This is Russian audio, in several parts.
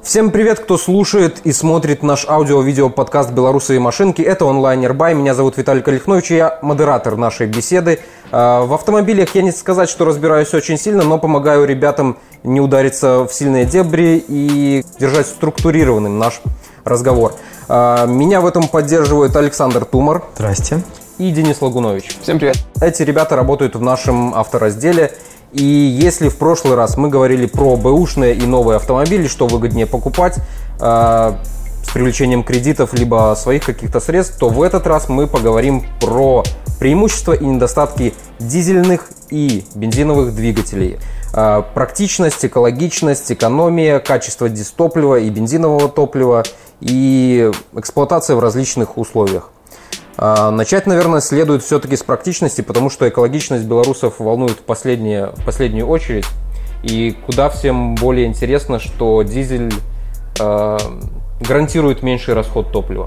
Всем привет, кто слушает и смотрит наш аудио-видео-подкаст «Белорусы и машинки». Это онлайнер-бай. Меня зовут Виталий Калихнович, и я модератор нашей беседы. В автомобилях я не сказать, что разбираюсь очень сильно, но помогаю ребятам не удариться в сильные дебри и держать структурированным наш разговор. Меня в этом поддерживает Александр Тумар. Здрасте. И Денис Лагунович. Всем привет. Эти ребята работают в нашем авторазделе. И если в прошлый раз мы говорили про бэушные и новые автомобили, что выгоднее покупать с привлечением кредитов либо своих каких-то средств, то в этот раз мы поговорим про преимущества и недостатки дизельных и бензиновых двигателей. Практичность, экологичность, экономия, качество дистоплива и бензинового топлива и эксплуатация в различных условиях. Начать, наверное, следует все-таки с практичности, потому что экологичность белорусов волнует в последнюю очередь. И куда всем более интересно, что дизель гарантирует меньший расход топлива.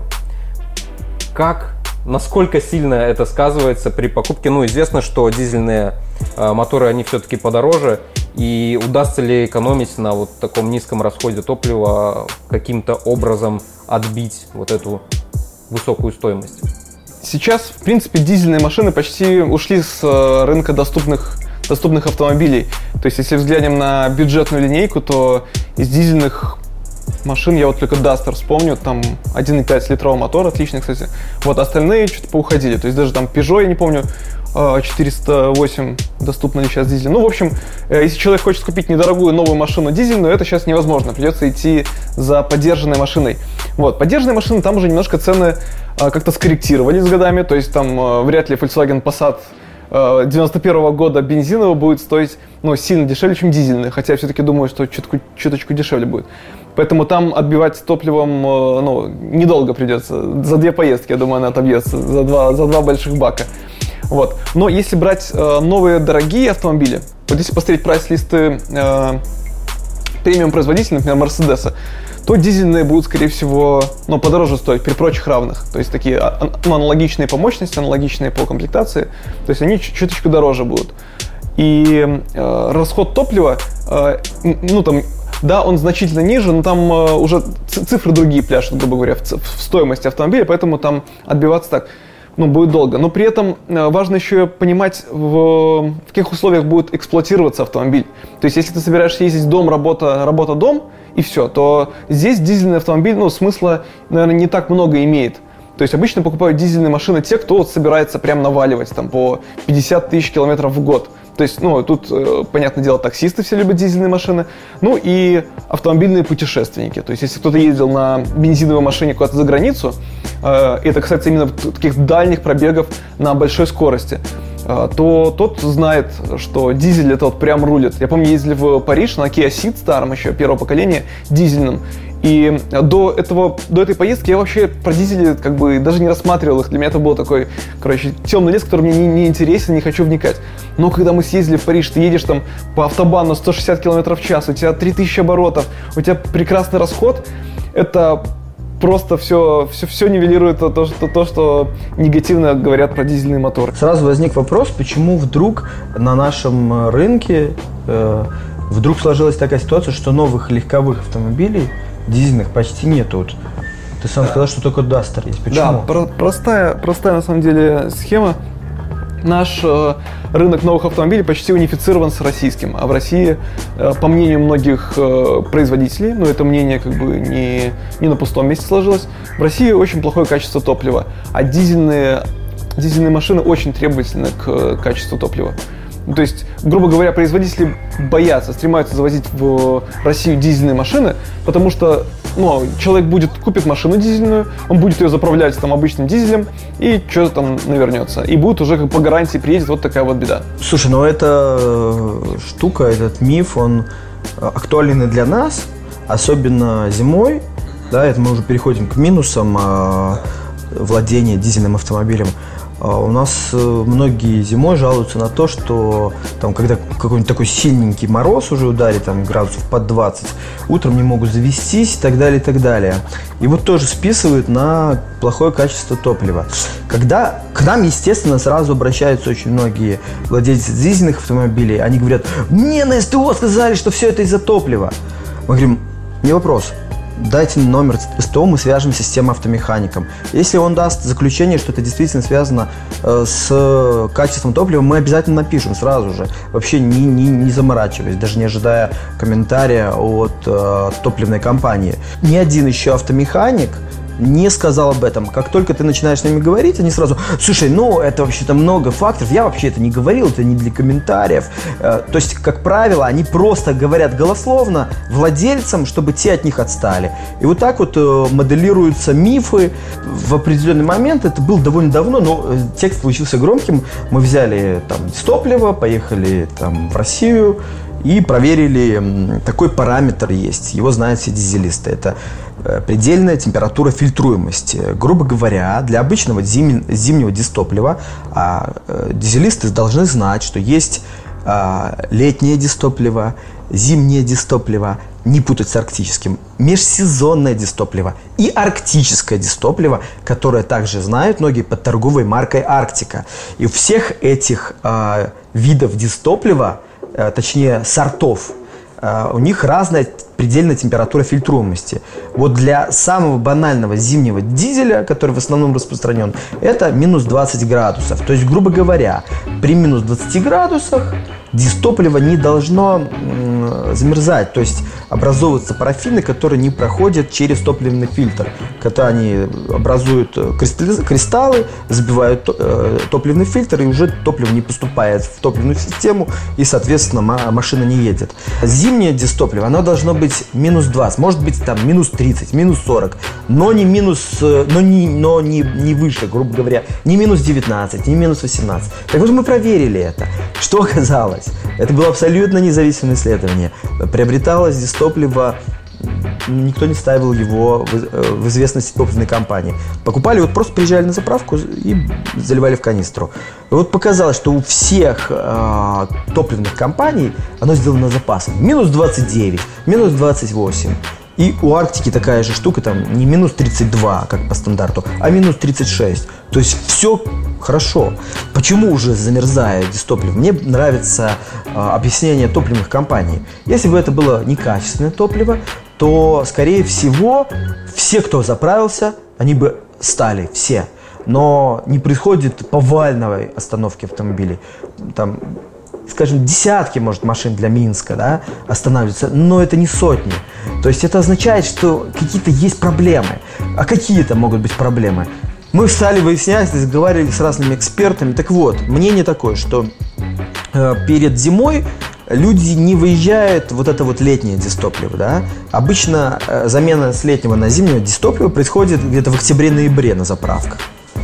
Насколько сильно это сказывается при покупке? Известно, что дизельные моторы, они все-таки подороже. И удастся ли экономить на вот таком низком расходе топлива, каким-то образом отбить вот эту высокую стоимость? Сейчас, в принципе, дизельные машины почти ушли с рынка доступных автомобилей. То есть, если взглянем на бюджетную линейку, то из дизельных машин я вот только Duster вспомню, там 1,5 литровый мотор, отличный, кстати. Вот остальные что-то поуходили. То есть, даже там Peugeot, я не помню, 408 доступна ли сейчас дизель. В общем, если человек хочет купить недорогую новую машину дизельную, это сейчас невозможно. Придется идти за подержанной машиной. Вот, подержанные машины, там уже немножко цены как-то скорректировались с годами. То есть там вряд ли Volkswagen Passat 91 года бензиновый будет стоить сильно дешевле, чем дизельный. Хотя я все-таки думаю, что чуточку дешевле будет. Поэтому там отбивать топливом недолго придется. За 2 поездки, я думаю, она отобьется. За два больших бака. Вот. Но если брать новые дорогие автомобили, вот если посмотреть прайс-листы премиум-производителей, например, Мерседеса, то дизельные будут, скорее всего, подороже стоить при прочих равных. То есть такие аналогичные по мощности, аналогичные по комплектации. То есть они чуточку дороже будут. И расход топлива, да, он значительно ниже, но там уже цифры другие пляшут, грубо говоря, в стоимости автомобиля, поэтому там отбиваться так будет долго. Но при этом важно еще понимать, в каких условиях будет эксплуатироваться автомобиль. То есть, если ты собираешься ездить дом, работа, дом, и все, то здесь дизельный автомобиль, смысла, наверное, не так много имеет. То есть, обычно покупают дизельные машины те, кто собирается прям наваливать там, по 50 тысяч километров в год. То есть, тут, понятное дело, таксисты все любят дизельные машины, и автомобильные путешественники. То есть, если кто-то ездил на бензиновой машине куда-то за границу, это касается именно таких дальних пробегов на большой скорости, то тот знает, что дизель это прям рулит. Я помню, ездили в Париж на Kia Ceed старом еще, первого поколения, дизельном. И до этой поездки я вообще про дизели даже не рассматривал их. Для меня это был такой, темный лес, который мне не интересен, не хочу вникать. Но когда мы съездили в Париж, ты едешь там по автобану 160 км в час, у тебя 3000 оборотов, у тебя прекрасный расход, это просто все нивелирует то, что негативно говорят про дизельные моторы. Сразу возник вопрос, почему вдруг на нашем рынке вдруг сложилась такая ситуация, что новых легковых автомобилей дизельных почти нету. Ты сам сказал, что только Duster есть. Почему? Да, простая на самом деле схема. Наш рынок новых автомобилей почти унифицирован с российским. А в России, по мнению многих производителей, это мнение не на пустом месте сложилось, в России очень плохое качество топлива. А дизельные машины очень требовательны к качеству топлива. То есть, грубо говоря, производители стремаются завозить в Россию дизельные машины, потому что человек купит машину дизельную, он будет ее заправлять обычным дизелем, и что-то там навернется. И будет уже по гарантии приедет, вот такая вот беда. Слушай, эта штука, этот миф, он актуален и для нас, особенно зимой. Да, это мы уже переходим к минусам владения дизельным автомобилем. У нас многие зимой жалуются на то, что когда какой-нибудь такой сильненький мороз уже ударит, градусов под 20, утром не могут завестись и так далее, и так далее. И тоже списывают на плохое качество топлива. Когда к нам, естественно, сразу обращаются очень многие владельцы дизельных автомобилей, они говорят: мне на СТО сказали, что все это из-за топлива. Мы говорим: не вопрос. дайте номер СТО, мы свяжемся с тем автомехаником. Если он даст заключение, что это действительно связано с качеством топлива, мы обязательно напишем сразу же, вообще не заморачиваясь, даже не ожидая комментария от топливной компании. Ни один еще автомеханик не сказал об этом. Как только ты начинаешь с ними говорить, они сразу: слушай, ну это вообще-то много факторов, я вообще это не говорил, это не для комментариев. То есть, как правило, они просто говорят голословно владельцам, чтобы те от них отстали. И вот так вот моделируются мифы. В определенный момент, это было довольно давно, но текст получился громким. Мы взяли там дистопливо, поехали там в Россию и проверили, такой параметр есть, его знают все дизелисты. Это предельная температура фильтруемости. Грубо говоря, для обычного зимнего дистоплива дизелисты должны знать, что есть летнее дистопливо, зимнее дистопливо, не путать с арктическим, межсезонное дистопливо и арктическое дистопливо, которое также знают многие под торговой маркой «Арктика». И у всех этих видов дистоплива, точнее сортов, у них разная предельная температура фильтруемости. Вот для самого банального зимнего дизеля, который в основном распространен, это минус 20 градусов. То есть, грубо говоря, при минус 20 градусах дистопливо не должно замерзать, то есть образовываются парафины, которые не проходят через топливный фильтр. Когда они образуют кристаллы, забивают топливный фильтр, и уже топливо не поступает в топливную систему, и, соответственно, машина не едет. Зимнее дистопливо, оно должно быть минус 20, может быть там минус 30, минус 40, но не выше, грубо говоря, не минус 19, не минус 18. Так вот, мы проверили это. Что оказалось? Это было абсолютно независимое исследование. Приобреталось дистопливо, никто не ставил его в известность топливной компании. Покупали, вот просто приезжали на заправку и заливали в канистру. И вот показалось, что у всех топливных компаний оно сделано запасом. Минус 29, минус 28. И у Арктики такая же штука, там не минус 32, как по стандарту, а минус 36. То есть все хорошо. Почему уже замерзает дистопливо? Мне нравится объяснение топливных компаний. Если бы это было некачественное топливо, то, скорее всего, все, кто заправился, они бы стали, все. Но не происходит повальной остановки автомобилей. Там, скажем, десятки, может, машин для Минска, да, останавливаются, но это не сотни. То есть это означает, что какие-то есть проблемы. А какие-то могут быть проблемы? Мы стали выяснять, разговаривали с разными экспертами. Так вот, мнение такое, что перед зимой люди не выезжают вот это вот летнее дистопливо, да. Обычно замена с летнего на зимнего дистоплива происходит где-то в октябре-ноябре на заправках.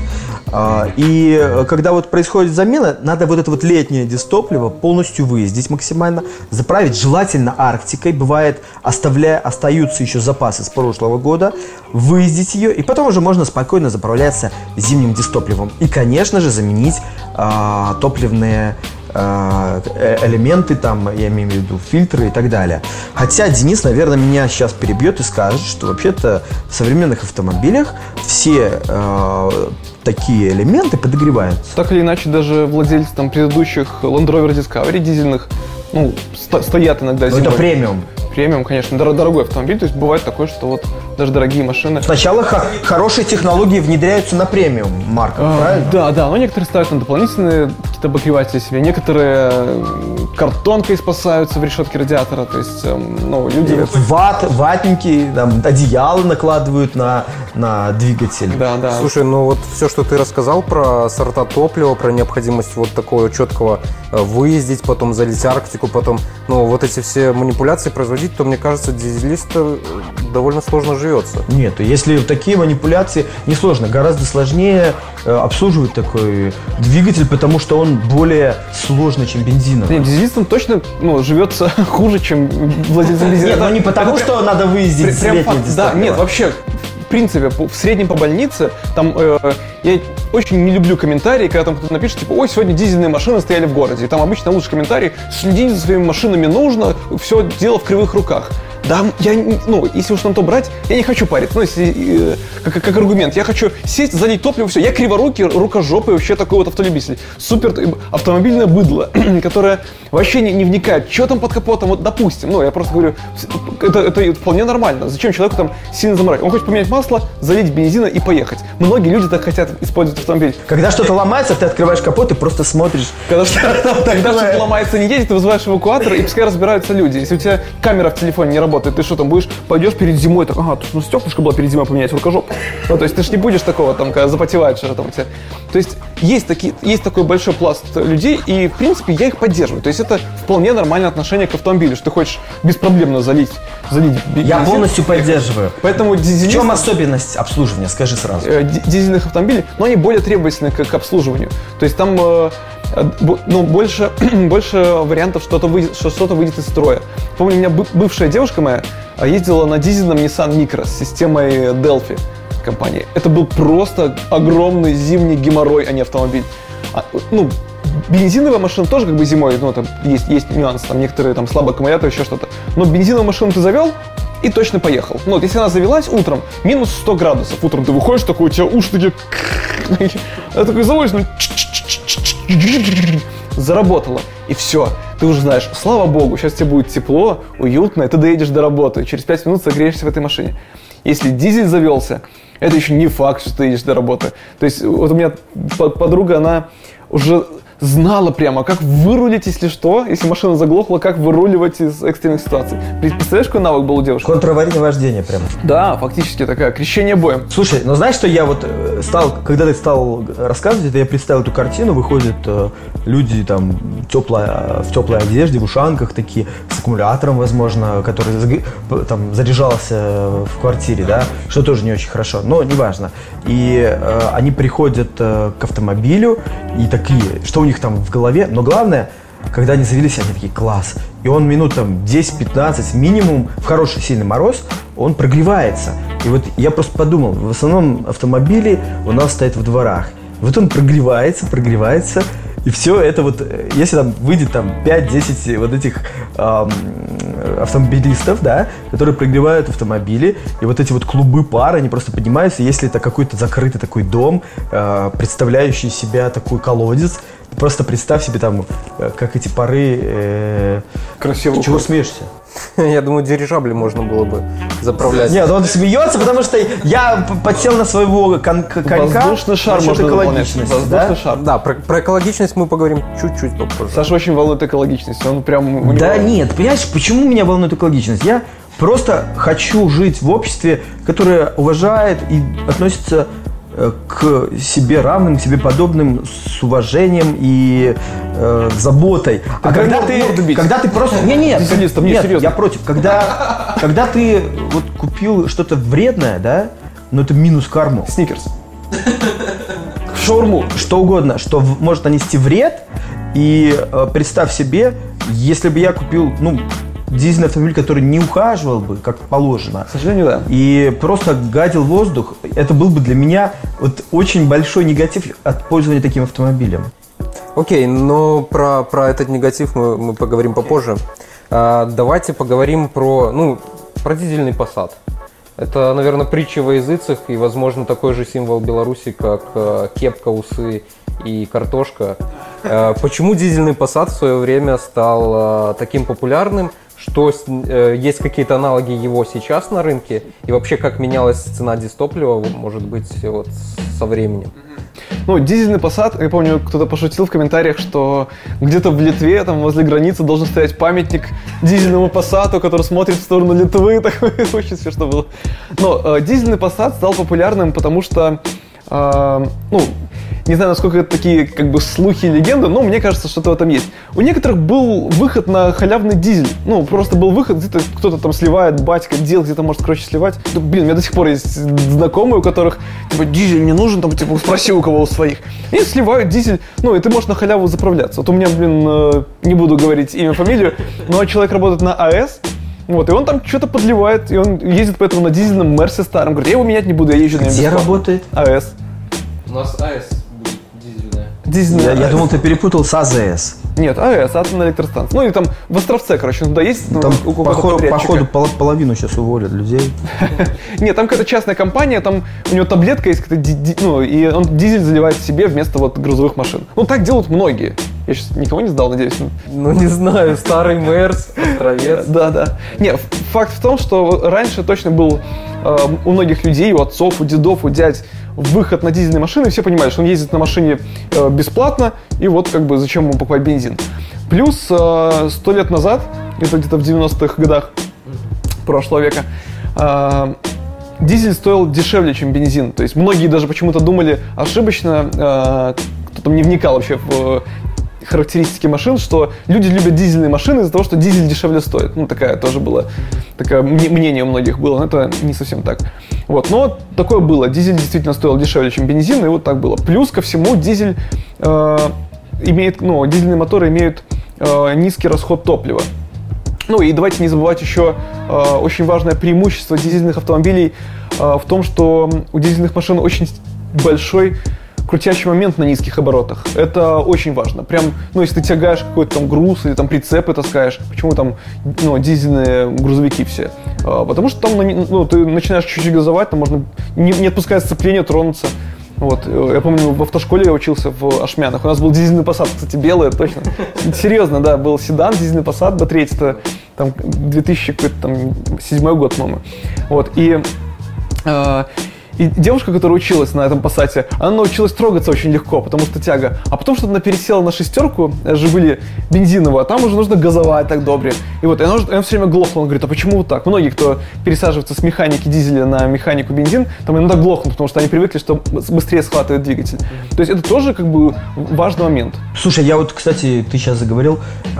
И когда вот происходит замена, надо вот это вот летнее дистопливо полностью выездить максимально, заправить, желательно Арктикой, бывает, остаются еще запасы с прошлого года, выездить ее, и потом уже можно спокойно заправляться зимним дистопливом. И, конечно же, заменить топливные элементы, там, я имею в виду фильтры и так далее. Хотя Денис, наверное, меня сейчас перебьет и скажет, что вообще-то в современных автомобилях все такие элементы подогреваются. Так или иначе, даже владельцы там предыдущих Land Rover Discovery дизельных, ну, стоят иногда зимой. Но это премиум. Премиум, конечно, дорогой автомобиль, то есть бывает такое, что вот даже дорогие машины. Сначала хорошие технологии внедряются на премиум марках, правильно? Да, но некоторые ставят на дополнительные какие-то обогреватели себе, некоторые картонкой спасаются в решетке радиатора, то есть, ну, люди... Ватники, там, одеяло накладывают на двигатель. Да. Слушай, ну вот все, что ты рассказал про сорта топлива, про необходимость вот такого четкого выездить, потом залить Арктику, потом, ну, вот эти все манипуляции производить, то, мне кажется, дизелисту довольно сложно живется. Нет, если такие манипуляции несложно, гораздо сложнее обслуживать такой двигатель, потому что он более сложный, чем бензиновый. Нет, дизелистам точно, ну, живется хуже, чем владельцам бензина. Нет, но не потому, что надо выездить с летней дистоплива. Да, нет, вообще, в принципе, в среднем по больнице, там, я очень не люблю комментарии, когда там кто-то напишет, типа, ой, сегодня дизельные машины стояли в городе. И там обычно лучший комментарий: следить за своими машинами нужно, все дело в кривых руках. Да, если уж на то брать, я не хочу париться. Ну, если, как аргумент, я хочу сесть, залить топливо, все. Я криворукий, рукожопый, вообще такой вот автолюбитель. Супер автомобильное быдло, которое вообще не вникает, что там под капотом, вот допустим. Я просто говорю, это вполне нормально. Зачем человеку там сильно заморать? Он хочет поменять масло, залить бензина и поехать. Многие люди так хотят использовать автомобиль. Когда что-то ломается, ты открываешь капот и просто смотришь. Когда что-то ломается, не едет, ты вызываешь эвакуатор, и пускай разбираются люди. Если у тебя камера в телефоне не работает, ты что там пойдешь перед зимой, так, тут стеклышко было перед зимой поменять, рукожоп. То есть ты же не будешь такого, там, когда запотевает что-то там у тебя. То есть есть такой большой пласт людей, и, в принципе, я их поддерживаю. То есть это вполне нормальное отношение к автомобилю, что ты хочешь беспроблемно залить бензин. Я полностью поддерживаю. Поэтому в чем особенность обслуживания, скажи сразу. Дизельных автомобилей, но они более требовательны к обслуживанию. То есть там больше вариантов, что что-то выйдет из строя. Помню, у меня бывшая девушка моя ездила на дизельном Nissan Micra с системой Delphi компании. Это был просто огромный зимний геморрой, а не автомобиль. Бензиновая машина тоже как бы зимой, там есть нюансы, там некоторые там слабый аккумулятор, еще что-то. Но бензиновую машину ты завел и точно поехал. Если она завелась утром, минус 100 градусов. Утром ты выходишь, такой, у тебя уши такие... Я такой заводишь, заработало. И все. Ты уже знаешь, слава богу, сейчас тебе будет тепло, уютно, и ты доедешь до работы. Через 5 минут согреешься в этой машине. Если дизель завелся, это еще не факт, что ты едешь до работы. То есть вот у меня подруга, она уже знала прямо, как вырулить, если что, если машина заглохла, как выруливать из экстренных ситуаций. Представляешь, какой навык был у девушки? Контраварийное вождение прямо. Да, фактически такая, крещение боем. Слушай, знаешь, что я когда ты стал рассказывать это, я представил эту картину, выходят люди там в теплой одежде, в ушанках такие, с аккумулятором, возможно, который там заряжался в квартире, да, что тоже не очень хорошо, но неважно. И они приходят к автомобилю и такие, что у них там в голове, но главное, когда они завелись, они такие, класс. И он минут там 10-15 минимум, в хороший сильный мороз, он прогревается. И вот я просто подумал, в основном автомобили у нас стоят в дворах. Вот он прогревается, и все это вот, если там выйдет там 5-10 вот этих автомобилистов, да, которые прогревают автомобили, и вот эти вот клубы пара, они просто поднимаются, если это какой-то закрытый такой дом, представляющий себя такой колодец, просто представь себе там, как эти пары... Красиво. Чего смеешься? Я думаю, дирижабли можно было бы заправлять. Нет, он смеется, потому что я подсел на своего конька. Воздушный шар можно экологичность. Воздушный шар. Да, про экологичность мы поговорим чуть-чуть попозже. Саша очень волнует экологичность, он прям... Да нет, понимаешь, почему меня волнует экологичность? Я просто хочу жить в обществе, которое уважает и относится к себе равным, к себе подобным с уважением и заботой. А когда ты просто... Нет, серьезно. я против. Когда ты вот купил что-то вредное, да, но это минус карму. Сникерс. Шаурму. Что угодно, что может нанести вред. И представь себе, если бы я купил, дизельный автомобиль, который не ухаживал бы, как положено. К сожалению, да. И просто гадил воздух. Это был бы для меня вот очень большой негатив от пользования таким автомобилем. Окей, но про этот негатив мы поговорим попозже. Давайте поговорим про дизельный Passat. Это, наверное, притча во языцах и, возможно, такой же символ Беларуси, как кепка, усы и картошка. Почему дизельный Passat в свое время стал таким популярным? Что есть какие-то аналоги его сейчас на рынке? И вообще, как менялась цена дистоплива, может быть, вот со временем? Дизельный Passat, я помню, кто-то пошутил в комментариях, что где-то в Литве, там возле границы, должен стоять памятник дизельному Passat, который смотрит в сторону Литвы. Такое очень смешно было. Но дизельный Passat стал популярным, потому что, не знаю, насколько это такие слухи и легенды, но мне кажется, что-то в этом есть. У некоторых был выход на халявный дизель. Просто был выход, где-то кто-то там сливает, батька делал, где-то может, сливать. У меня до сих пор есть знакомые, у которых, дизель не нужен, спроси у кого у своих. И сливают дизель, и ты можешь на халяву заправляться. Вот у меня, не буду говорить имя, фамилию, но человек работает на АЭС, и он там что-то подливает, и он ездит поэтому на дизельном Мерсе старом. Говорит, я его менять не буду, я езжу на нем бесплатно. Где работает? АЭС. У нас АЭС будет дизельная. Я думал, ты перепутал с АЗС. Нет, АЭС, атомная электростанция. Ну, или там в Островце, короче, туда есть. Там, походу, половину сейчас уволят людей. Нет, там какая-то частная компания, там у него таблетка есть, ну, и он дизель заливает себе вместо вот грузовых машин. Ну, так делают многие. Я сейчас никого не сдал, надеюсь. Ну, не знаю, старый Мерс, Островец. Да. Не, факт в том, что раньше точно был у многих людей, у отцов, у дедов, у дядь выход на дизельные машины, все понимали, что он ездит на машине бесплатно, и вот как бы зачем ему покупать бензин. Плюс 100 лет назад, это где-то в 90-х годах прошлого века, дизель стоил дешевле, чем бензин. То есть многие даже почему-то думали ошибочно, кто там не вникал вообще в характеристики машин, что люди любят дизельные машины из-за того, что дизель дешевле стоит. Ну, такое тоже было, такое мнение у многих было, но это не совсем так. Вот, но такое было. Дизель действительно стоил дешевле, чем бензин, и вот так было. Плюс ко всему дизель дизельные моторы имеют низкий расход топлива. Ну и давайте не забывать еще очень важное преимущество дизельных автомобилей в том, что у дизельных машин очень большой крутящий момент на низких оборотах. Это очень важно. Прям, если ты тягаешь какой-то там груз или там прицепы таскаешь, почему там, дизельные грузовики все? Потому что там, ты начинаешь чуть-чуть газовать, там можно, не отпуская сцепление, тронуться. Вот, я помню, в автошколе я учился в Ашмянах. У нас был дизельный Passat, кстати, белый, точно. Серьезно, да, был седан, дизельный Passat, B3, это там 2007 год, по-моему. Вот, и девушка, которая училась на этом Пассате, она научилась трогаться очень легко, потому что тяга. А потом что-то она пересела на шестерку, «Жигули» бензиновую, а там уже нужно газовать так добре. И вот, и она все время глохла. Он говорит, а почему вот так? Многие, кто пересаживается с механики дизеля на механику бензин, там иногда глохнут, потому что они привыкли, что быстрее схватывает двигатель. То есть это тоже как бы важный момент. Слушай, я вот, кстати, ты сейчас заговорил,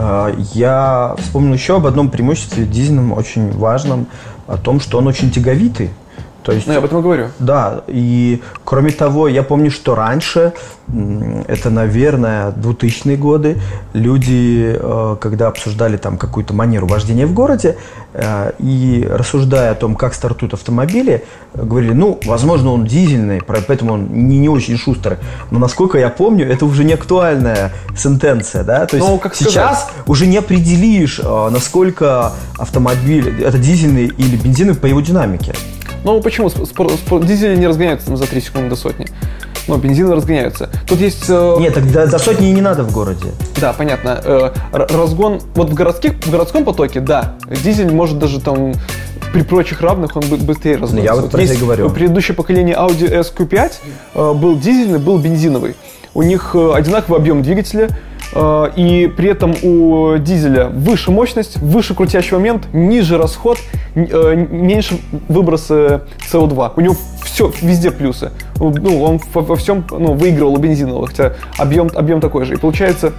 я вспомнил еще об одном преимуществе дизельном, очень важном, о том, что он очень тяговитый. То есть, я об этом и говорю. Да, и кроме того, я помню, что раньше, это, наверное, 2000-е годы, люди, когда обсуждали там какую-то манеру вождения в городе, и рассуждая о том, как стартуют автомобили, говорили, возможно, он дизельный, поэтому он не очень шустрый. Но, насколько я помню, это уже не актуальная сентенция, да? То есть как сейчас сказать? уже не определишь, насколько автомобиль, это дизельный или бензиновый по его динамике. Почему? Дизели не разгоняются за 3 секунды до сотни. Бензины разгоняются. Тут есть... Нет, тогда за сотни и не надо в городе. Да, понятно. Разгон... Вот в городском потоке, да, дизель может даже там при прочих равных он быстрее разгоняется. Я вот про это и говорю. Предыдущее поколение Audi SQ5 был дизельный, был бензиновый. У них одинаковый объем двигателя, и при этом у дизеля выше мощность, выше крутящий момент, ниже расход, меньше выбросы СО2. У него все, везде плюсы. Он во всем выигрывал у бензинового, хотя объем такой же. И получается,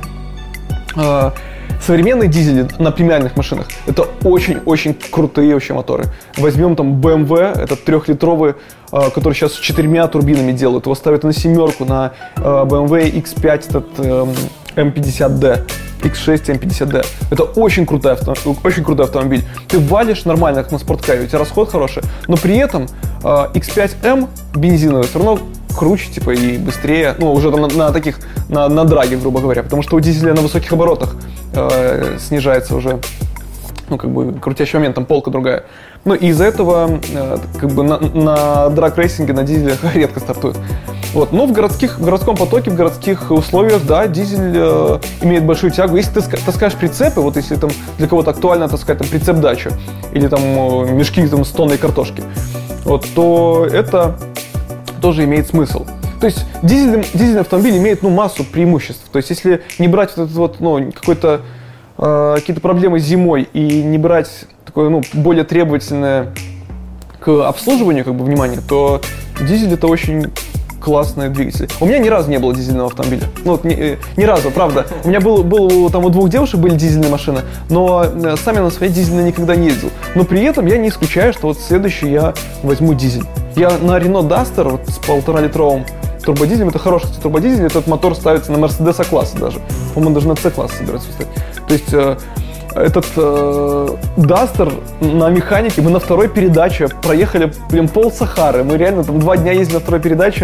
современные дизели на премиальных машинах — это очень-очень крутые вообще моторы. Возьмем там BMW, это 3-литровый, который сейчас с 4 турбинами делают. Его ставят на семерку, на BMW X5, этот M50D, X6 M50D. Это очень крутой автомобиль. Ты валишь нормально, как на спорткаре, у тебя расход хороший, но при этом X5M бензиновый все равно круче, и быстрее, уже там на драге, грубо говоря, потому что у дизеля на высоких оборотах снижается уже, крутящий момент, там полка другая. И из-за этого, на драг-рейсинге на дизеле редко стартуют. Вот. Но в городском потоке, в городских условиях, да, дизель имеет большую тягу. Если ты таскаешь прицепы, вот если там для кого-то актуально таскать там прицеп-дачу или там мешки с тонной картошки, то это тоже имеет смысл. То есть дизельный автомобиль имеет массу преимуществ. То есть если не брать какие-то проблемы зимой и не брать такое более требовательное к обслуживанию внимание, то дизель — это очень классный двигатель. У меня ни разу не было дизельного автомобиля. Ни разу, правда. У меня у 2 девушек были дизельные машины, но сами на своей дизельной никогда не ездил. Но при этом я не исключаю, что следующий я возьму дизель. Я на Renault Duster с 1,5-литровым турбодизелем, это хороший турбодизель, этот мотор ставится на Mercedes А-класса даже. По-моему, даже на C-класс собирается ставить. То есть этот Duster на механике, мы на второй передаче проехали пол Сахары. Мы реально 2 дня ездили на второй передаче.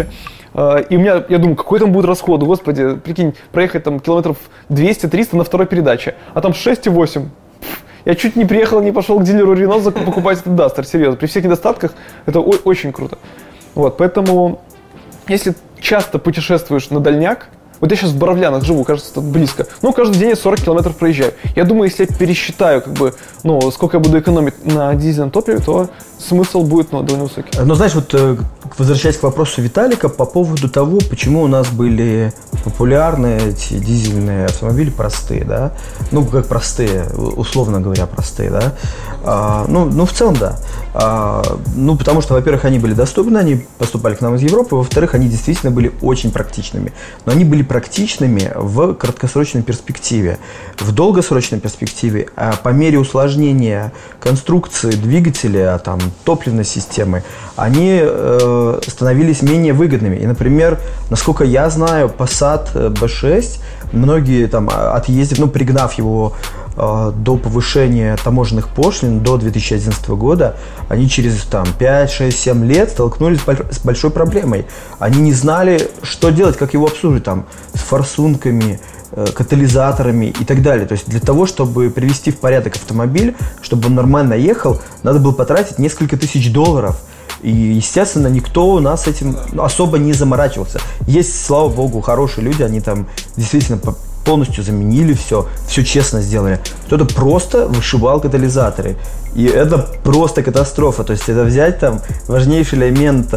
И у меня, я думаю, какой там будет расход, господи, прикинь, проехать там километров 200-300 на второй передаче, а там 6,8. Я чуть не приехал, не пошел к дилеру Renault покупать этот Duster, серьезно. При всех недостатках это очень круто. Вот, поэтому, если часто путешествуешь на дальняк, вот я сейчас в Боровлянах живу, кажется, тут близко. Ну, каждый день я 40 километров проезжаю. Я думаю, если я пересчитаю, сколько я буду экономить на дизельном топливе, то смысл будет, довольно высокий. Ну, знаешь, вот возвращаясь к вопросу Виталика по поводу того, почему у нас были популярны эти дизельные автомобили простые, да? Ну, как простые, условно говоря, простые, да? Ну, в целом, да. Потому что, во-первых, они были доступны, они поступали к нам из Европы, во-вторых, они действительно были очень практичными. Но они были практичными в краткосрочной перспективе. В долгосрочной перспективе, по мере усложнения конструкции двигателя, топливной системы, они становились менее выгодными. И, например, насколько я знаю, Passat B6, многие отъездив, пригнав его до повышения таможенных пошлин до 2011 года, они через 5, 6, 7 лет столкнулись с большой проблемой. Они не знали, что делать, как его обслуживать, с форсунками, катализаторами и так далее. То есть для того, чтобы привести в порядок автомобиль, чтобы он нормально ехал, надо было потратить несколько тысяч $. И, естественно, никто у нас этим особо не заморачивался. Есть, слава богу, хорошие люди, они действительно полностью заменили все честно сделали. Кто-то просто вышивал катализаторы. И это просто катастрофа. То есть это взять важнейший элемент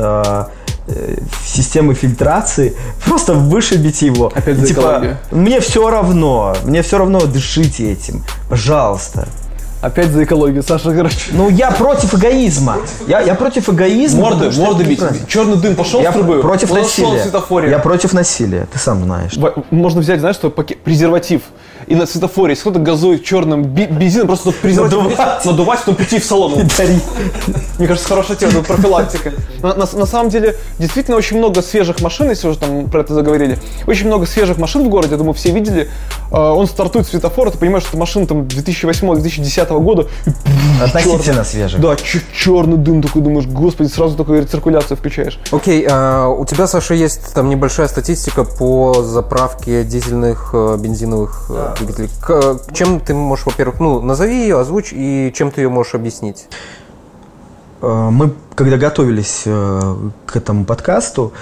системы фильтрации, просто вышибить его. Опять за экологию. Мне все равно, дышите этим, пожалуйста. Опять за экологию, Саша, короче. Я против эгоизма. Я против эгоизма. Морды бить. Черный дым пошел в трубы. Я против насилия. Я против насилия, ты сам знаешь. Можно взять, знаешь, что презерватив. И на светофоре, если кто-то газует черным бензином, просто тот презерватив надувать, потом прийти в салон. Мне кажется, хорошая тема, профилактика. На самом деле, действительно, очень много свежих машин, если уже про это заговорили. Очень много свежих машин в городе, я думаю, все видели. Он стартует светофор, ты понимаешь, что машина 2008-2010 года. Относительно свежих. Да, черный дым такой, думаешь, господи, сразу такую рециркуляцию включаешь. Окей, у тебя, Саша, есть небольшая статистика по заправке дизельных бензиновых двигателей. Чем ты можешь, во-первых, назови ее, озвучь, и чем ты ее можешь объяснить? Мы, когда готовились к этому подкасту,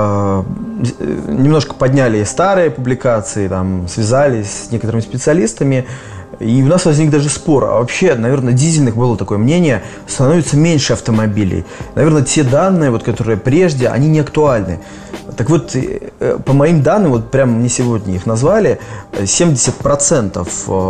немножко подняли старые публикации, связались с некоторыми специалистами, и у нас возник даже спор. А вообще, наверное, дизельных, было такое мнение, становится меньше автомобилей. Наверное, те данные, которые прежде, они не актуальны. Так вот, по моим данным, прямо мне сегодня их назвали, 70%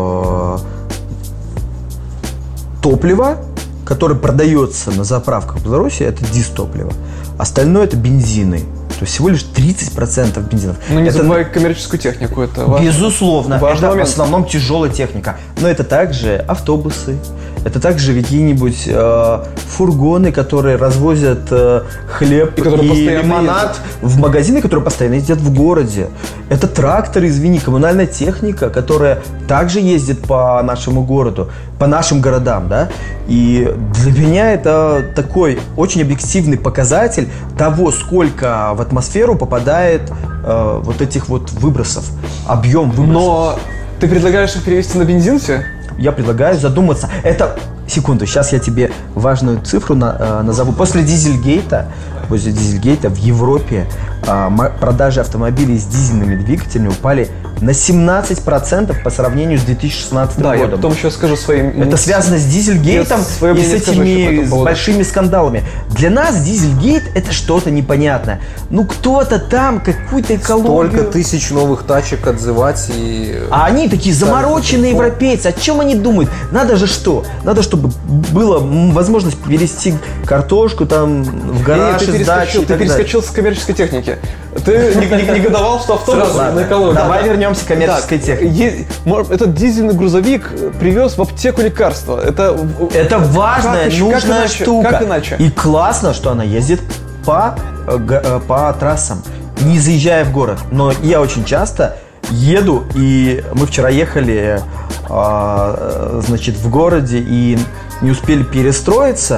топлива, которое продается на заправках в Беларуси, это дизтопливо. Остальное это бензины. То есть всего лишь 30% бензинов. Не забывай коммерческую технику. Это безусловно. Важный момент. В основном тяжелая техника. Но это также автобусы. Это также какие-нибудь фургоны, которые развозят хлеб и лимонад в магазины, которые постоянно ездят в городе. Это тракторы, коммунальная техника, которая также ездит по нашему городу, по нашим городам, да. И для меня это такой очень объективный показатель того, сколько в атмосферу попадает этих выбросов, объем выбросов. Но ты предлагаешь их перевести на бензин все? Я предлагаю задуматься. Это, секунду, сейчас я тебе важную цифру назову. После Дизельгейта в Европе продажи автомобилей с дизельными двигателями упали на 17% по сравнению с 2016 годом. Я потом еще скажу своим... Это связано с Дизельгейтом и с этими большими скандалами. Для нас Дизельгейт – это что-то непонятное. Кто-то там какую-то экологию... Столько тысяч новых тачек отзывать и... А они такие замороченные европейцы. О чем они думают? Надо же что? Надо, чтобы была возможность перевести картошку в гараж из дачи и так далее. Ты перескочил с коммерческой техники. Ты негодовал, что автобус на экологию. Давай вернемся к коммерческой технике. Этот дизельный грузовик привез в аптеку лекарства. Это важная, нужная штука. Как иначе? И классно, что она ездит по трассам, не заезжая в город. Но я очень часто еду, и мы вчера ехали в городе и не успели перестроиться.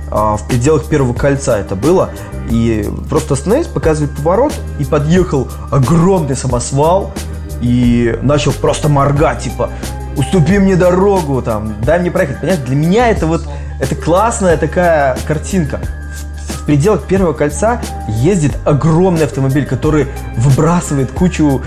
в пределах первого кольца это было. И просто остановились, показывали поворот, и подъехал огромный самосвал и начал просто моргать, типа, уступи мне дорогу, там, дай мне проехать. Понимаешь, для меня это классная такая картинка. В пределах первого кольца ездит огромный автомобиль, который выбрасывает кучу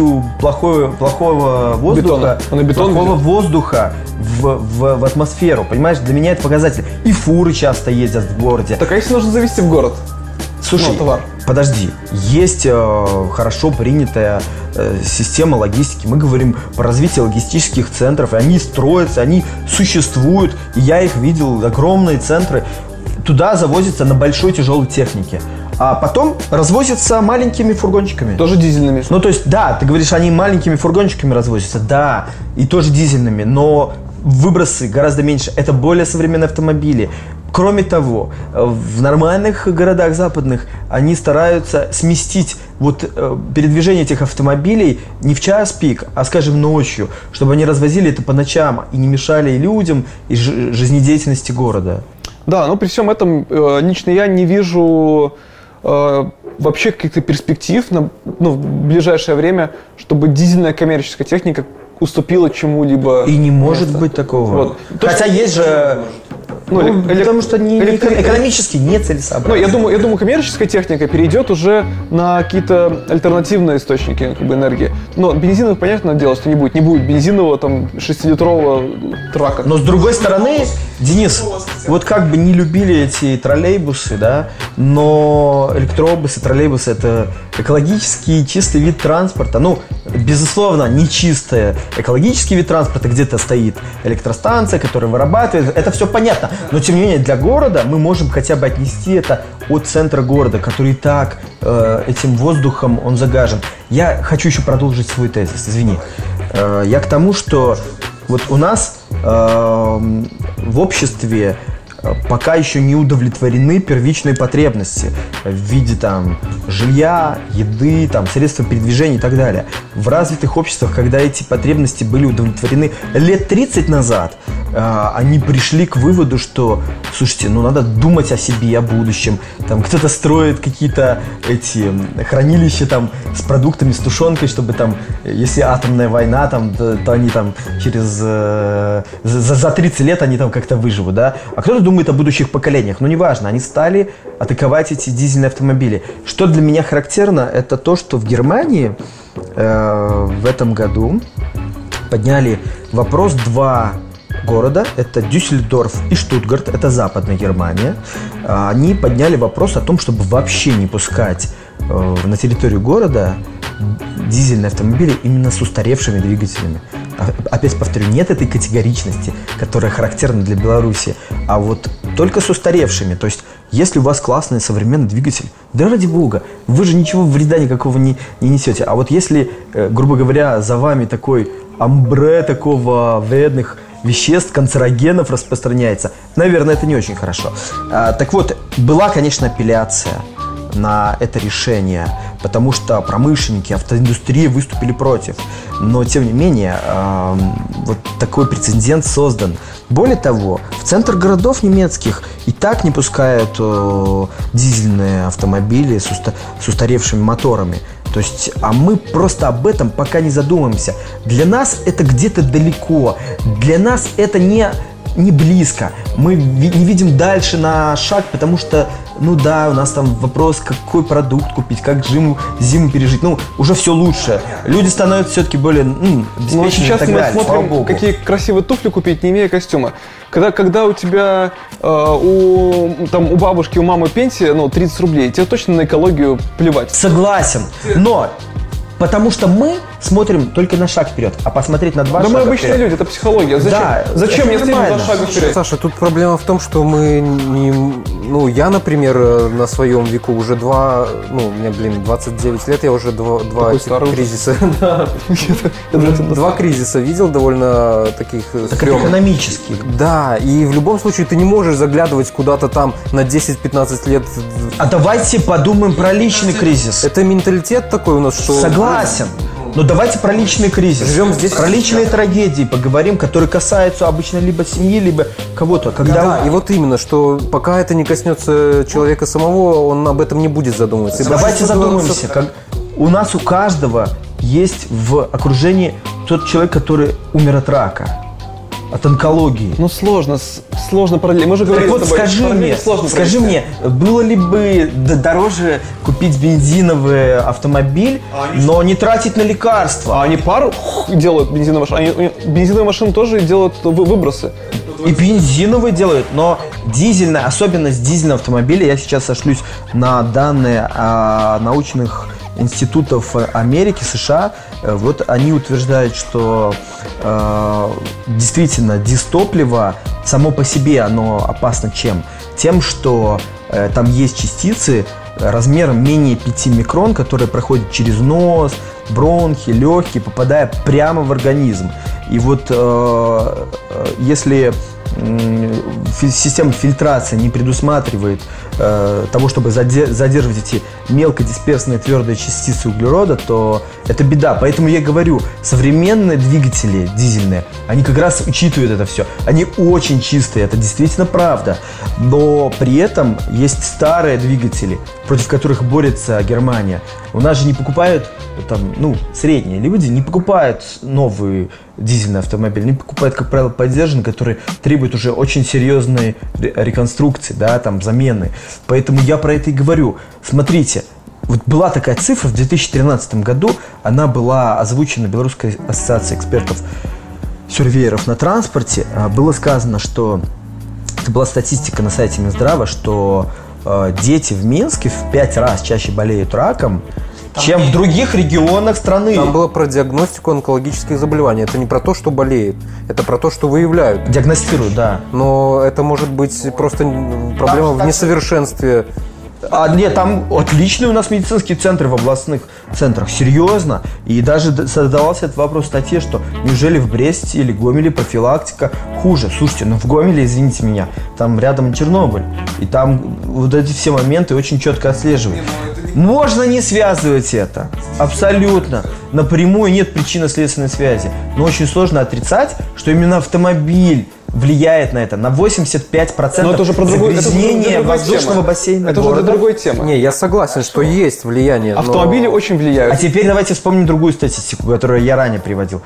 плохого воздуха, воздуха в атмосферу. Понимаешь, для меня это показатель. И фуры часто ездят в городе. Так а если нужно завести в город? Слушай, товар. Подожди, есть хорошо принятая система логистики. Мы говорим про развитие логистических центров, и они строятся, они существуют. И я их видел, огромные центры. Туда завозятся на большой тяжелой технике, а потом развозятся маленькими фургончиками. Тоже дизельными? Ну, то есть, да, ты говоришь, они маленькими фургончиками развозятся, да, и тоже дизельными, но выбросы гораздо меньше. Это более современные автомобили. Кроме того, в нормальных городах западных они стараются сместить передвижение этих автомобилей не в час пик, а, скажем, ночью, чтобы они развозили это по ночам и не мешали и людям, и жизнедеятельности города. Да, но при всем этом лично я не вижу вообще каких-то перспектив в ближайшее время, чтобы дизельная коммерческая техника уступила чему-либо. И не может быть такого. Вот. Хотя есть же... потому что экономически нецелесообразно. Я думаю, коммерческая техника перейдет уже на какие-то альтернативные источники энергии. Но бензиновых, понятное дело, что не будет. Не будет бензинового 6-литрового трака. Но с другой стороны, Денис, вот как бы не любили эти троллейбусы, да, но электробусы, троллейбусы — это экологический чистый вид транспорта. Ну, безусловно, не чистый экологический вид транспорта, где-то стоит электростанция, которая вырабатывает. Это все понятно. Но, тем не менее, для города мы можем хотя бы отнести это от центра города, который и так этим воздухом он загажен. Я хочу еще продолжить свой тезис, извини. Я к тому, что вот у нас в обществе пока еще не удовлетворены первичные потребности в виде жилья, еды, средства передвижения и так далее. В развитых обществах, когда эти потребности были удовлетворены лет 30 назад, они пришли к выводу, что, слушайте, надо думать о себе, о будущем. Кто-то строит какие-то эти хранилища с продуктами, с тушенкой, чтобы если атомная война, то они за 30 лет они как-то выживут, да? А кто-то думает о будущих поколениях. Но неважно, они стали атаковать эти дизельные автомобили. Что для меня характерно, это то, что в Германии в этом году подняли вопрос два города, это Дюссельдорф и Штутгарт, это Западная Германия. Они подняли вопрос о том, чтобы вообще не пускать на территорию города дизельные автомобили именно с устаревшими двигателями. Опять повторю, нет этой категоричности, которая характерна для Беларуси, а вот только с устаревшими. То есть, если у вас классный современный двигатель, да ради бога, вы же ничего вреда никакого не несете. А вот если, грубо говоря, за вами такой амбре такого вредных веществ, канцерогенов распространяется, наверное, это не очень хорошо. Так вот, была, конечно, апелляция на это решение, потому что промышленники, автоиндустрия выступили против. Но, тем не менее, вот такой прецедент создан. Более того, в центр городов немецких и так не пускают дизельные автомобили с устаревшими моторами. То есть, а мы просто об этом пока не задумываемся. Для нас это где-то далеко, для нас это не близко. Мы не видим дальше на шаг, потому что, у нас вопрос, какой продукт купить, как зиму пережить. Уже все лучше. Люди становятся все-таки более обеспеченными. Сейчас и так далее. мы смотрим, какие красивые туфли купить, не имея костюма. Когда у тебя у бабушки, у мамы пенсия 30 рублей, тебе точно на экологию плевать. Согласен, но потому что мы смотрим только на шаг вперед, а посмотреть на два шага мы обычные люди, это психология. Зачем я смотрю на шаг вперед? Саша, тут проблема в том, что мы не... я, например, на своем веку уже мне, 29 лет, я уже два кризиса. Два кризиса видел довольно таких стрёмных. Экономических. Да, и в любом случае ты не можешь заглядывать куда-то на 10-15 лет. А давайте подумаем про личный кризис. Это менталитет такой у нас, что... Согласен. Но давайте про личный кризис. Живем здесь про личные трагедии поговорим, которые касаются обычно либо семьи, либо кого-то. Да, и вот именно, что пока это не коснется человека самого, он об этом не будет задумываться. Давайте задумаемся. У нас у каждого есть в окружении тот человек, который умер от рака, от онкологии. Ну сложно параллельно. Мы же говорили так вот, скажи мне, было ли бы дороже купить бензиновый автомобиль, но не тратить на лекарства? А они пару делают бензиновые машины. Бензиновые машины тоже делают выбросы. И бензиновые делают, но дизельная, особенность дизельного автомобиля, я сейчас сошлюсь на данные научных институтов Америки, США, вот они утверждают, что действительно дизтопливо само по себе оно опасно чем? Тем, что там есть частицы размером менее 5 микрон, которые проходят через нос, бронхи, легкие, попадая прямо в организм. И вот если система фильтрации не предусматривает того, чтобы задерживать эти мелкодисперсные твердые частицы углерода, то это беда. Поэтому я говорю, современные двигатели дизельные, они как раз учитывают это все. Они очень чистые, это действительно правда. Но при этом есть старые двигатели, против которых борется Германия. У нас же не покупают, средние люди не покупают новые дизельные автомобили, не покупают, как правило, подержанные, которые требуют уже очень серьезной реконструкции, замены. Поэтому я про это и говорю. Смотрите, вот была такая цифра в 2013 году, она была озвучена Белорусской ассоциацией экспертов-сюрвееров на транспорте. Было сказано, что это была статистика на сайте Минздрава, что дети в Минске в 5 раз чаще болеют раком, чем в других регионах страны. Там было про диагностику онкологических заболеваний. Это не про то, что болеют, это про то, что выявляют. Диагностируют, да. Но это может быть просто проблема в несовершенстве. Нет, там отличные у нас медицинские центры в областных центрах, серьезно. И даже задавался этот вопрос в статье, что неужели в Бресте или Гомеле профилактика хуже? Слушайте, в Гомеле, извините меня, там рядом Чернобыль. И там вот эти все моменты очень четко отслеживают. Можно не связывать это, абсолютно. Напрямую нет причинно-следственной связи. Но очень сложно отрицать, что именно автомобиль влияет на это, на 85% загрязнения воздушного бассейна. Это уже другая тема. Не, я согласен, что есть влияние. Автомобили очень влияют. А теперь давайте вспомним другую статистику, которую я ранее приводил.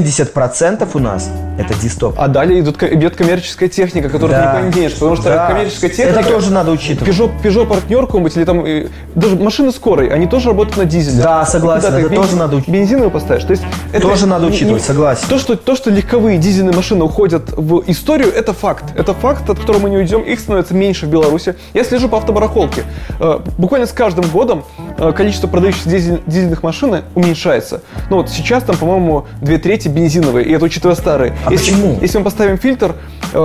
70% у нас это дистоп. А далее идет коммерческая техника, которую ты никуда не денешь, потому что коммерческая техника... Это тоже надо учитывать. Peugeot партнер какой-нибудь, или там даже машины скорой, они тоже работают на дизеле. Да, согласен, это тоже надо учитывать. Бензиновый поставишь. То есть тоже надо учитывать, согласен. То, что легковые дизельные машины уходят в историю, это факт. Это факт, от которого мы не уйдем. Их становится меньше в Беларуси. Я слежу по автобарахолке. Буквально с каждым годом количество продающихся дизельных машин уменьшается. Ну вот сейчас там, по-моему, 2/3 бензиновые. И это учитывая старые. Почему? Если мы поставим фильтр...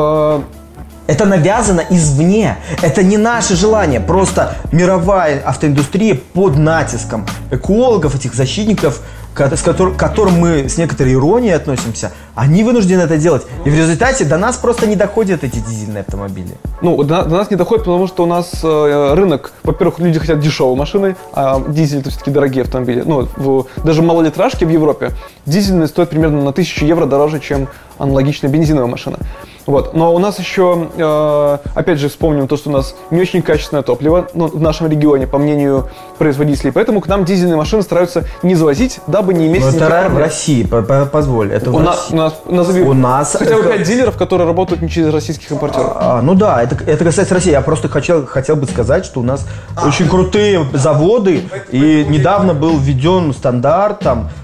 Это навязано извне. Это не наше желание. Просто мировая автоиндустрия под натиском экологов, этих защитников, к которым мы с некоторой иронией относимся, они вынуждены это делать. И в результате до нас просто не доходят эти дизельные автомобили. До нас не доходит, потому что у нас рынок, во-первых, люди хотят дешевые машины, а дизель это все-таки дорогие автомобили. Даже малолитражки в Европе дизельные стоят примерно на 1000 евро дороже, чем аналогичная бензиновая машина. Вот. Но у нас еще, опять же, вспомним то, что у нас не очень качественное топливо в нашем регионе, по мнению производителей. Поэтому к нам дизельные машины стараются не завозить, дабы не иметь... Это в России, позволь. Это назови у нас хотя бы 5 дилеров, которые работают не через российских импортеров. Это касается России. Я просто хотел бы сказать, что у нас очень крутые заводы, и недавно был введен стандарт,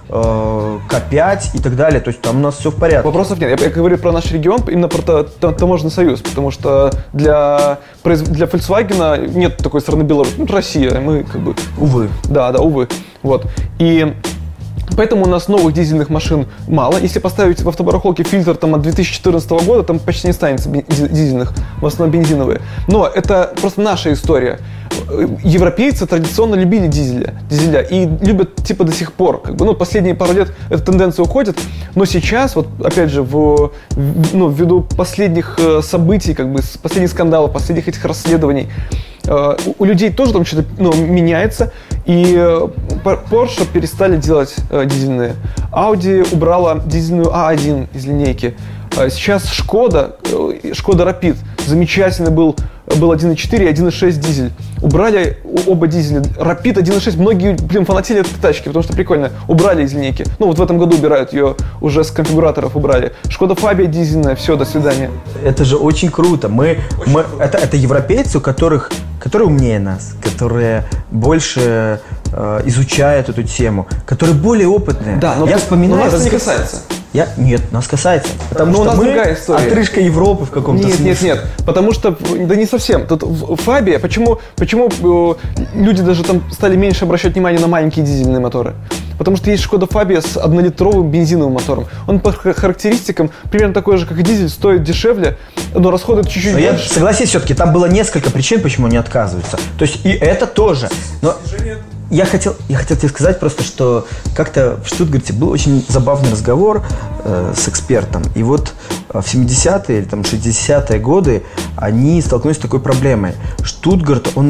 К5 и так далее. То есть там у нас все в порядке. Вопросов нет. Я говорю про наш регион, именно про таможенный союз, потому что для Volkswagen нет такой страны Беларусь. Россия, мы Увы. Да, увы. Вот. И поэтому у нас новых дизельных машин мало. Если поставить в автобарахолке фильтр от 2014 года, там почти не останется дизельных, в основном бензиновые. Но это просто наша история. Европейцы традиционно любили дизеля и любят до сих пор. Последние пару лет эта тенденция уходит, но сейчас, опять же, ввиду последних событий, последних скандалов, последних этих расследований, у людей тоже там что-то меняется, и Porsche перестали делать дизельные. Audi убрала дизельную A1 из линейки. Сейчас Шкода Rapid, замечательный был 1.4 и 1.6 дизель. Убрали оба дизеля. Rapid 1.6, многие, фанатели от этой тачки, потому что прикольно. Убрали из линейки. Вот в этом году убирают ее, уже с конфигураторов убрали. Шкода Фабия дизельная, все, до свидания. Это же очень круто. Это европейцы, которые умнее нас, которые больше изучают эту тему, которые более опытные. Да, но я вспоминаю, нас это не касается. Нет, нас касается. Потому но что у нас мы другая история. отрыжка Европы в каком-то смысле. Нет. Потому что, да не совсем. Тут Фабия, почему люди даже там стали меньше обращать внимание на маленькие дизельные моторы? Потому что есть Шкода Фабия с 1-литровым бензиновым мотором. Он по характеристикам примерно такой же, как и дизель, стоит дешевле, но расходует чуть-чуть больше. Я согласись, все-таки там было несколько причин, почему они отказываются. То есть и это тоже. Но я хотел тебе сказать просто, что как-то в Штутгарте был очень забавный разговор с экспертом. И вот в 70-е или 60-е годы они столкнулись с такой проблемой. Штутгарт, он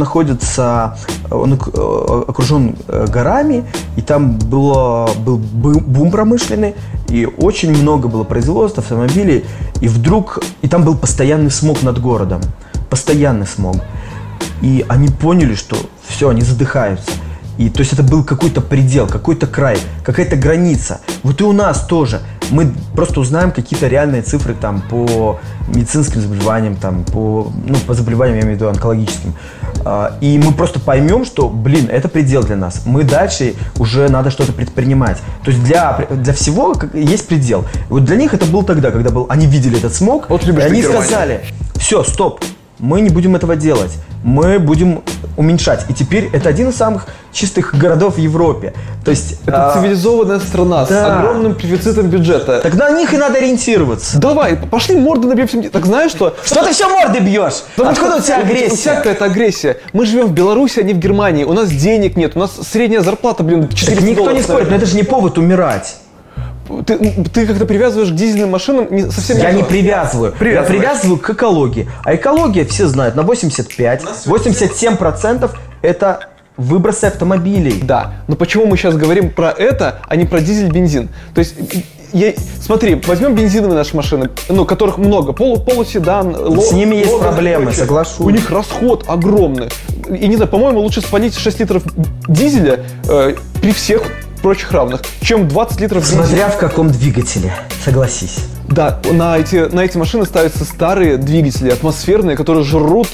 окружен горами, и там был бум промышленный, и очень много было производств, автомобилей, и там был постоянный смог над городом. Постоянный смог. И они поняли, что все, они задыхаются. И то есть это был какой-то предел, какой-то край, какая-то граница. Вот и у нас тоже. Мы просто узнаем какие-то реальные цифры там по медицинским заболеваниям, там, по заболеваниям, я имею в виду онкологическим. И мы просто поймем, что, это предел для нас. Мы дальше уже надо что-то предпринимать. То есть для всего есть предел. И вот для них это было тогда, когда они видели этот смог, и они сказали: все, стоп, мы не будем этого делать. Мы будем уменьшать. И теперь это один из самых чистых городов в Европе. То есть это цивилизованная страна, да, с огромным дефицитом бюджета. Так на них и надо ориентироваться. Давай, пошли морды набьем всем. Так знаешь что? Что ты все морды бьешь? Откуда у тебя агрессия? У тебя какая-то агрессия. Мы живем в Беларуси, а не в Германии. У нас денег нет. У нас средняя зарплата, 400 долларов. Никто не спорит, но это же не повод умирать. Ты как-то привязываешь к дизельным машинам совсем Я не привязываю. Я привязываю к экологии. А экология, все знают, на 87% это выбросы автомобилей. Да, но почему мы сейчас говорим про это, а не про дизель-бензин? То есть, смотри, возьмем бензиновые наши машины, которых много, полуседан, с ними есть проблемы, соглашусь. У них расход огромный. И не знаю, по-моему, лучше спалить 6 литров дизеля при всех прочих равных, чем 20 литров бензина. Смотря в каком двигателе, согласись. Да, на эти машины ставятся старые двигатели, атмосферные, которые жрут,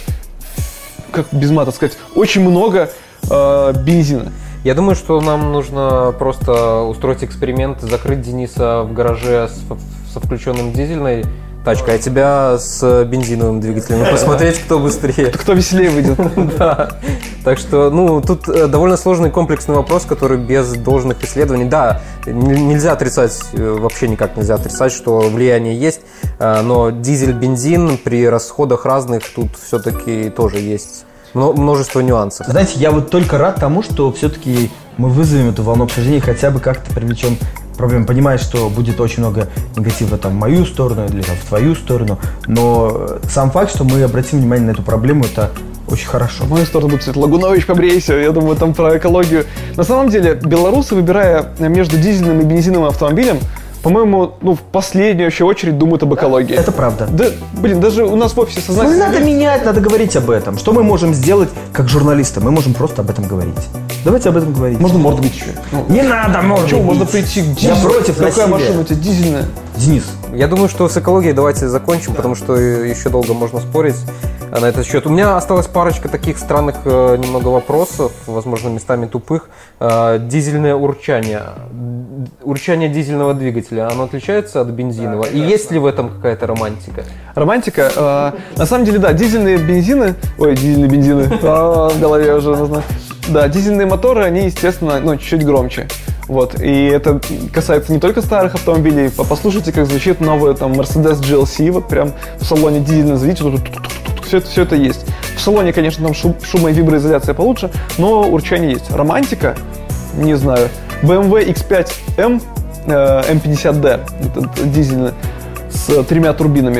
как без мата сказать, очень много бензина. Я думаю, что нам нужно просто устроить эксперимент, закрыть Дениса в гараже со включенным дизельной тачкой, а тебя с бензиновым двигателем. Посмотреть, кто быстрее. Кто веселее выйдет. Да. Так что, тут довольно сложный комплексный вопрос, который без должных исследований. Да, нельзя отрицать, вообще никак нельзя отрицать, что влияние есть, но дизель, бензин при расходах разных тут все-таки тоже есть множество нюансов. Знаете, я вот только рад тому, что все-таки мы вызовем эту волну обсуждения, хотя бы как-то привлечем проблему. Понимаю, что будет очень много негатива там в мою сторону или там в твою сторону, но сам факт, что мы обратим внимание на эту проблему, это очень хорошо. В мою сторону будет Лагунович, побрейся, я думаю, там про экологию. На самом деле, белорусы, выбирая между дизельным и бензиновым автомобилем, по-моему, в последнюю вообще очередь думают об экологии. Это правда. Да, даже у нас в офисе сознательно... надо менять, надо говорить об этом. Что мы можем сделать как журналисты? Мы можем просто об этом говорить. Давайте об этом говорить. Можно морду бить еще. Не надо морду бить. Можно прийти к дизелю. Я против насилия. Какая машина у тебя дизельная? Денис. Я думаю, что с экологией давайте закончим, потому что еще долго можно спорить на этот счет. У меня осталась парочка таких странных немного вопросов, возможно, местами тупых. Дизельное урчание. Урчание дизельного двигателя, оно отличается от бензинового? И есть ли в этом какая-то романтика? Романтика? На самом деле, да, дизельные бензины... Ой, дизельные бензины. В голове уже нужно. Да, дизельные моторы, они, естественно, чуть-чуть громче. Вот. И это касается не только старых автомобилей. Послушайте, как звучит новый там Mercedes GLC, вот прям в салоне дизельный звучит. Все это есть. В салоне, конечно, там шумо- и виброизоляция получше, но урчание есть. Романтика? Не знаю. BMW X5M M50D, это дизельный, с 3 турбинами.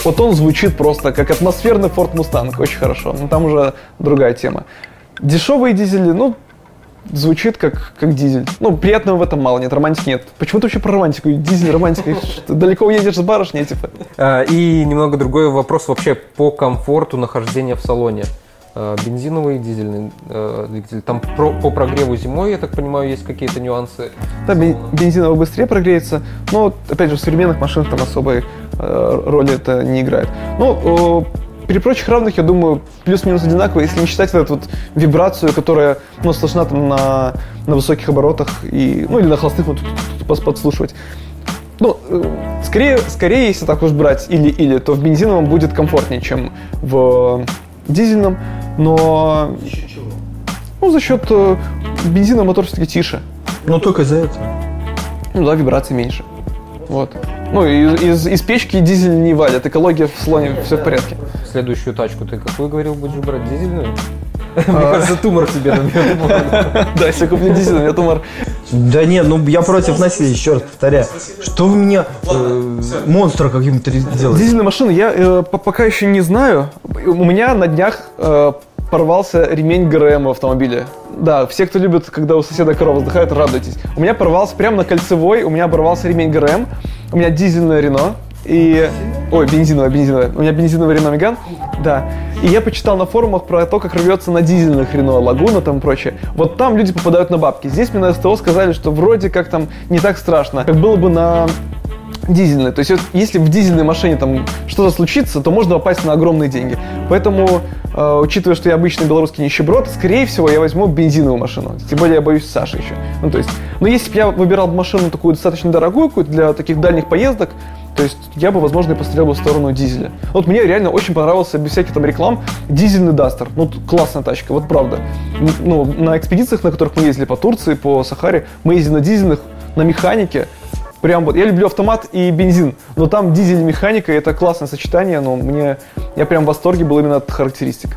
Вот он звучит просто как атмосферный Ford Mustang, очень хорошо, но там уже другая тема. Дешевые дизели, звучит как дизель. Приятного в этом мало, нет, романтики нет. Почему ты вообще про романтику? Дизель, романтика. Ты далеко уедешь с барышней, типа. И немного другой вопрос вообще по комфорту нахождения в салоне. Бензиновый, дизельный двигатель. Там по прогреву зимой, я так понимаю, есть какие-то нюансы. Да, бензиновый быстрее прогреется, но, опять же, в современных машинах там особой роли это не играет. При прочих равных, я думаю, плюс-минус одинаково, если не считать эту вибрацию, которая слышна там на высоких оборотах или на холостых подслушивать. Скорее, если так уж брать или, то в бензиновом будет комфортнее, чем в дизельном, но за счет бензина мотор все-таки тише. Только из-за этого. Да, вибрации меньше. Вот. Из печки дизель не валят, экология в салоне, все в порядке. Следующую тачку ты какую, говорил, будешь брать? Дизельную? Мне кажется, Тумар тебе набьет. Да, если куплю дизель, у меня Тумар. Да нет, я против насилия, еще раз повторяю. Что вы мне монстра каким-то делаете? Дизельные машины я пока еще не знаю. У меня на днях порвался ремень ГРМ в автомобиле. Да, все, кто любит, когда у соседа корова вздыхает, радуйтесь. У меня порвался прямо на кольцевой, у меня оборвался ремень ГРМ. У меня дизельное Рено. Бензиновое. У меня бензиновый Рено Меган. Да. И я почитал на форумах про то, как рвется на дизельных Рено Лагуна там и прочее. Вот там люди попадают на бабки. Здесь мне на СТО сказали, что вроде как там не так страшно, как было бы на дизельной. То есть если в дизельной машине там что-то случится, то можно попасть на огромные деньги. Поэтому, учитывая, что я обычный белорусский нищеброд, скорее всего, я возьму бензиновую машину. Тем более я боюсь Саши еще. Если бы я выбирал машину такую достаточно дорогую, какую-то для таких дальних поездок, то есть я бы, возможно, и посмотрел бы в сторону дизеля. Мне реально очень понравился, без всяких там реклам, дизельный Дастер. Классная тачка, вот правда. На экспедициях, на которых мы ездили по Турции, по Сахаре, мы ездили на дизельных, на механике. Прям я люблю автомат и бензин, но там дизель и механика, это классное сочетание, я прям в восторге был именно от характеристик.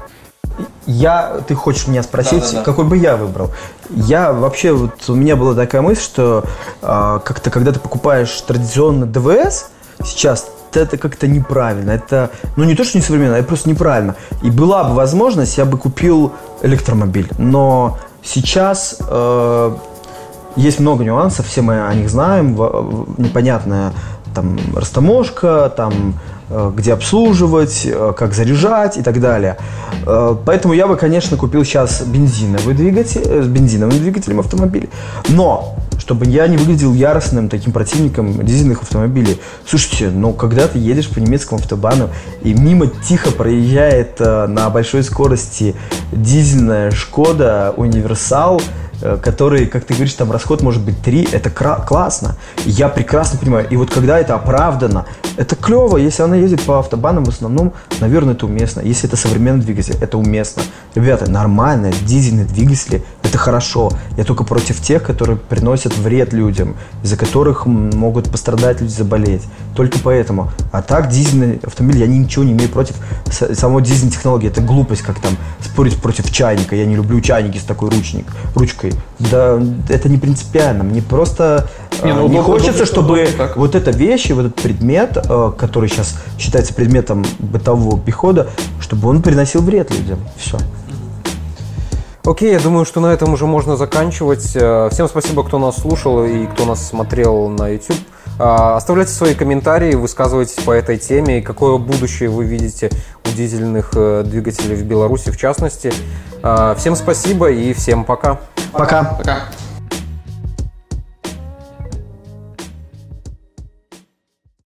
Ты хочешь меня спросить, какой бы я выбрал? Я вообще, у меня была такая мысль, что как-то, когда ты покупаешь традиционно ДВС, сейчас это как-то неправильно. Это, не то, что не современно, это просто неправильно. И была бы возможность, я бы купил электромобиль. Но сейчас есть много нюансов, все мы о них знаем. Непонятная там растаможка, там где обслуживать, как заряжать и так далее. Поэтому я бы, конечно, купил сейчас бензиновый двигатель, с бензиновым двигателем автомобиля. Но, чтобы я не выглядел яростным таким противником дизельных автомобилей. Слушайте, когда ты едешь по немецкому автобану и мимо тихо проезжает на большой скорости дизельная Шкода Универсал, который, как ты говоришь, там расход может быть 3, это классно. Я прекрасно понимаю. И когда это оправдано, это клево. Если она ездит по автобанам, в основном, наверное, это уместно. Если это современный двигатель, это уместно. Ребята, нормально, дизельные двигатели, это хорошо. Я только против тех, которые приносят вред людям, из-за которых могут пострадать люди, заболеть. Только поэтому. А так, дизельный автомобиль, я ничего не имею против самой дизельной технологии. Это глупость, как там спорить против чайника. Я не люблю чайники с такой ручкой. Да, это не принципиально. Мне просто не хочется, чтобы вот эта вещь, вот этот предмет, который сейчас считается предметом бытового обихода, чтобы он приносил вред людям. Все. Окей, я думаю, что на этом уже можно заканчивать. Всем спасибо, кто нас слушал и кто нас смотрел на YouTube. Оставляйте свои комментарии, высказывайтесь по этой теме, какое будущее вы видите у дизельных двигателей в Беларуси в частности. Всем спасибо и всем пока. Пока. Пока.